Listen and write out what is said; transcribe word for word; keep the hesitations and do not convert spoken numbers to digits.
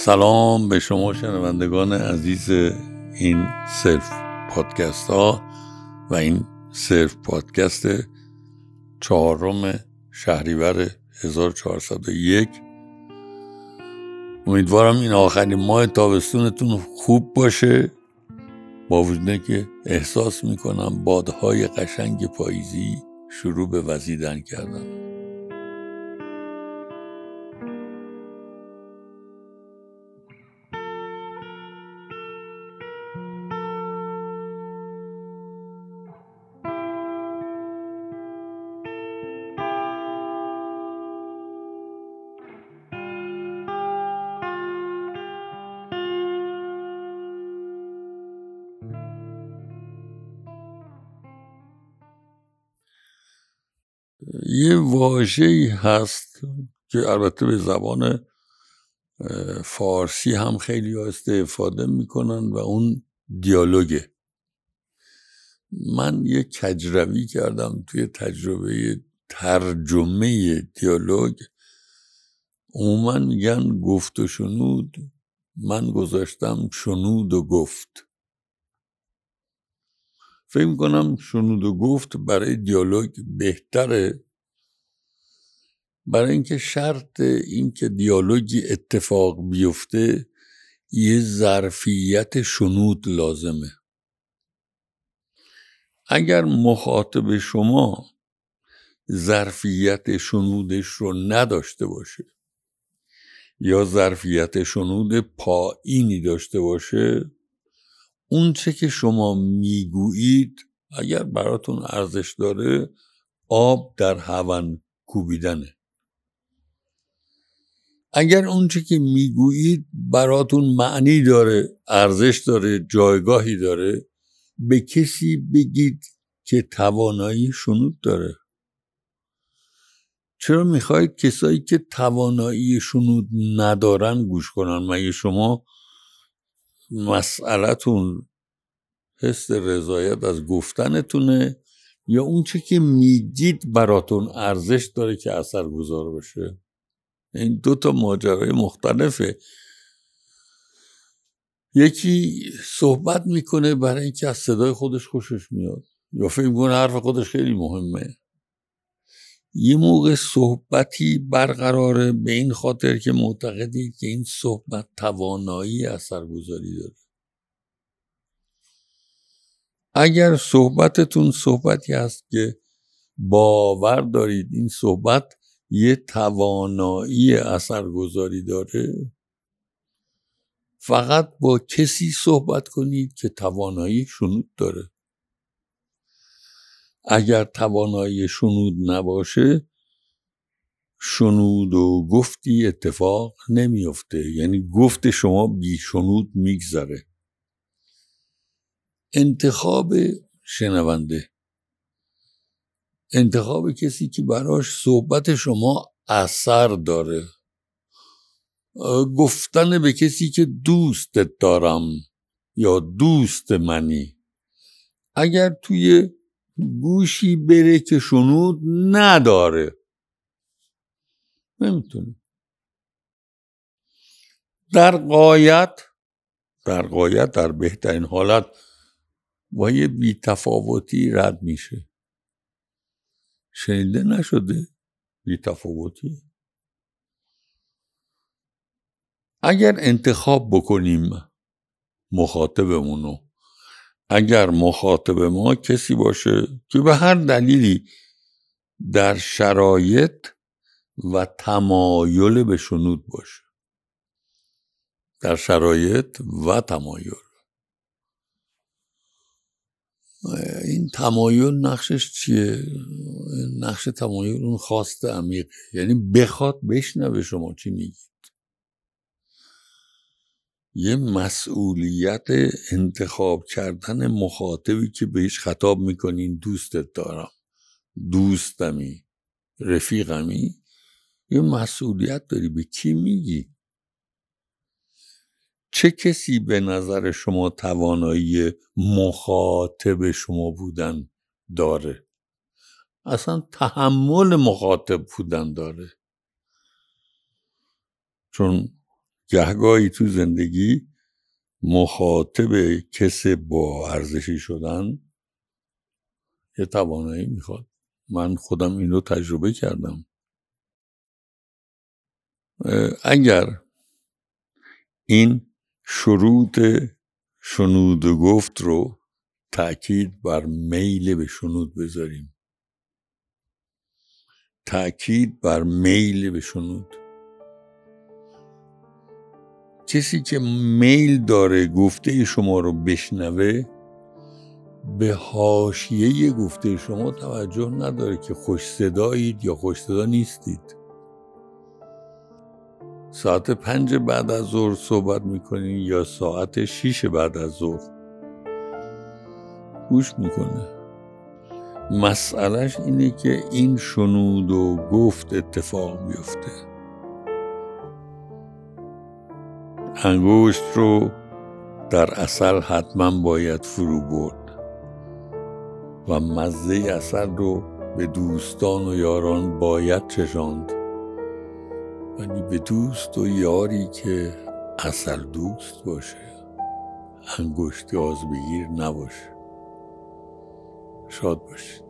سلام به شما شنوندگان عزیز این سلف پادکست ها و این سلف پادکست چهارم شهریور هزار و چهارصد و یک. امیدوارم این آخرین ماه تابستونتون خوب باشه، با وجود که احساس میکنم بادهای قشنگ پاییزی شروع به وزیدن کردن. یه واژه‌ای هست که البته به زبان فارسی هم خیلی استفاده میکنن و اون دیالوگه. من یه کجروی کردم توی تجربه ترجمه دیالوگ. عموما میگن گفت و شنود، من گذاشتم شنود و گفت. فکر میکنم شنود و گفت برای دیالوگ بهتره، برای اینکه شرط اینکه دیالوگی اتفاق بیفته یه ظرفیت شنود لازمه. اگر مخاطب شما ظرفیت شنودش رو نداشته باشه یا ظرفیت شنود پایینی داشته باشه، اون چه که شما میگویید اگر براتون ارزش داره آب در هون کوبیدنه. اگر اون چه که میگویید براتون معنی داره، ارزش داره، جایگاهی داره، به کسی بگید که توانایی شنود داره. چرا میخواید کسایی که توانایی شنود ندارن گوش کنن؟ مگه شما مسئلتون حس رضایت از گفتنتونه یا اون چه که میگید براتون ارزش داره که اثرگذار بشه؟ این دو تا ماجرای مختلفه. یکی صحبت میکنه برای اینکه از صدای خودش خوشش میاد یا فکر میکنه حرف خودش خیلی مهمه. یه موقع صحبتی برقراره به این خاطر که معتقدی که این صحبت توانایی اثرگذاری داره. اگر صحبتتون صحبتی هست که باور دارید این صحبت یه توانایی اثرگذاری داره، فقط با کسی صحبت کنید که توانایی شنود داره. اگر توانایی شنود نباشه، شنود و گفتی اتفاق نمیفته، یعنی گفت شما بی شنود میگذره. انتخاب شنونده، انتخاب کسی که براش صحبت شما اثر داره، گفتن به کسی که دوستت دارم یا دوست منی، اگر توی گوشی بره که شنود نداره نمیتونه. در غایت در غایت در بهترین حالت با یه بی‌تفاوتی رد میشه. شنیده نشده بی‌تفاوتی؟ اگر انتخاب بکنیم مخاطبمونو، اگر مخاطب ما کسی باشه که به هر دلیلی در شرایط و تمایل به شنود باشه، در شرایط و تمایل، این تمایل نقشش چیه؟ نقش تمایل اون خواست عمیق، یعنی بخواد بشنوه شما چی میگید. یه مسئولیت انتخاب کردن مخاطبی که بهش خطاب میکنین دوستت دارم، دوستمی، رفیقمی، یه مسئولیت داری. به کی میگی؟ چه کسی به نظر شما توانایی مخاطب شما بودن داره؟ اصلا تحمل مخاطب بودن داره؟ چون گهگاهی تو زندگی مخاطب کسی با ارزشی شدن یه توانایی میخواد. من خودم این رو تجربه کردم. اگر این شروط شنود و گفت رو تأکید بر میل به شنود بذاریم، تأکید بر میل به شنود. کسی که میل داره گفته شما رو بشنوه به حاشیه گفته شما توجه نداره که خوش صدایید یا خوش صدا نیستید. ساعت پنج بعد از ظهر صحبت میکنین یا ساعت شیش بعد از ظهر گوش میکنه. مسئلهش اینه که این شنود و گفت اتفاق بیفته. انگشت رو در عسل حتما باید فرو برد و مزه عسل رو به دوستان و یاران باید چشاند، ولی به دوست و یاری که عسل دوست باشه، انگشت آز بگیر نباشه. شاد باشید.